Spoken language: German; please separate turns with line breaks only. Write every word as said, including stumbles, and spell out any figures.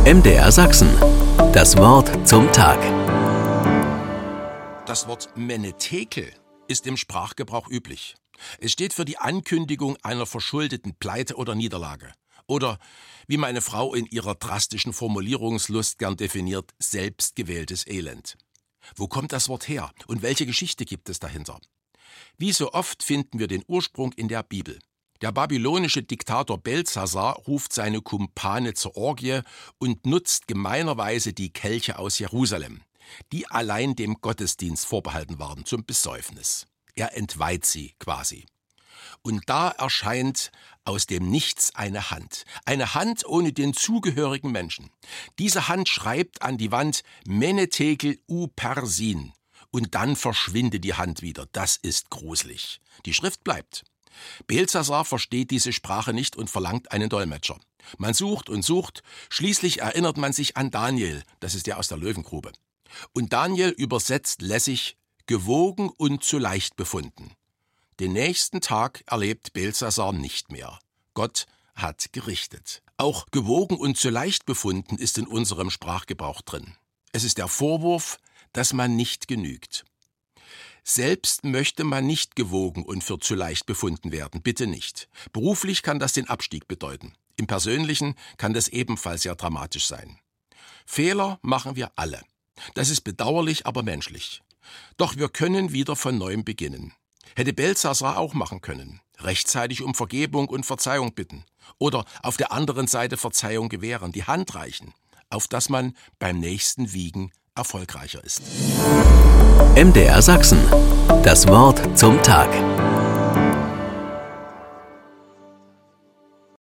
M D R Sachsen. Das Wort zum Tag.
Das Wort Menetekel ist im Sprachgebrauch üblich. Es steht für die Ankündigung einer verschuldeten Pleite oder Niederlage. Oder, wie meine Frau in ihrer drastischen Formulierungslust gern definiert, selbstgewähltes Elend. Wo kommt das Wort her und welche Geschichte gibt es dahinter? Wie so oft finden wir den Ursprung in der Bibel. Der babylonische Diktator Belsassar ruft seine Kumpane zur Orgie und nutzt gemeinerweise die Kelche aus Jerusalem, die allein dem Gottesdienst vorbehalten waren, zum Besäufnis. Er entweiht sie quasi. Und da erscheint aus dem Nichts eine Hand. Eine Hand ohne den zugehörigen Menschen. Diese Hand schreibt an die Wand Menetekel u Persin. Und dann verschwindet die Hand wieder. Das ist gruselig. Die Schrift bleibt. Belsassar versteht diese Sprache nicht und verlangt einen Dolmetscher. Man sucht und sucht, schließlich erinnert man sich an Daniel, das ist der aus der Löwengrube. Und Daniel übersetzt lässig, gewogen und zu leicht befunden. Den nächsten Tag erlebt Belsassar nicht mehr. Gott hat gerichtet. Auch gewogen und zu leicht befunden ist in unserem Sprachgebrauch drin. Es ist der Vorwurf, dass man nicht genügt. Selbst möchte man nicht gewogen und für zu leicht befunden werden, bitte nicht. Beruflich kann das den Abstieg bedeuten. Im Persönlichen kann das ebenfalls sehr dramatisch sein. Fehler machen wir alle. Das ist bedauerlich, aber menschlich. Doch wir können wieder von neuem beginnen. Hätte Belsassar auch machen können. Rechtzeitig um Vergebung und Verzeihung bitten. Oder auf der anderen Seite Verzeihung gewähren, die Hand reichen, auf dass man beim nächsten Wiegen erfolgreicher ist.
M D R Sachsen. Das Wort zum Tag.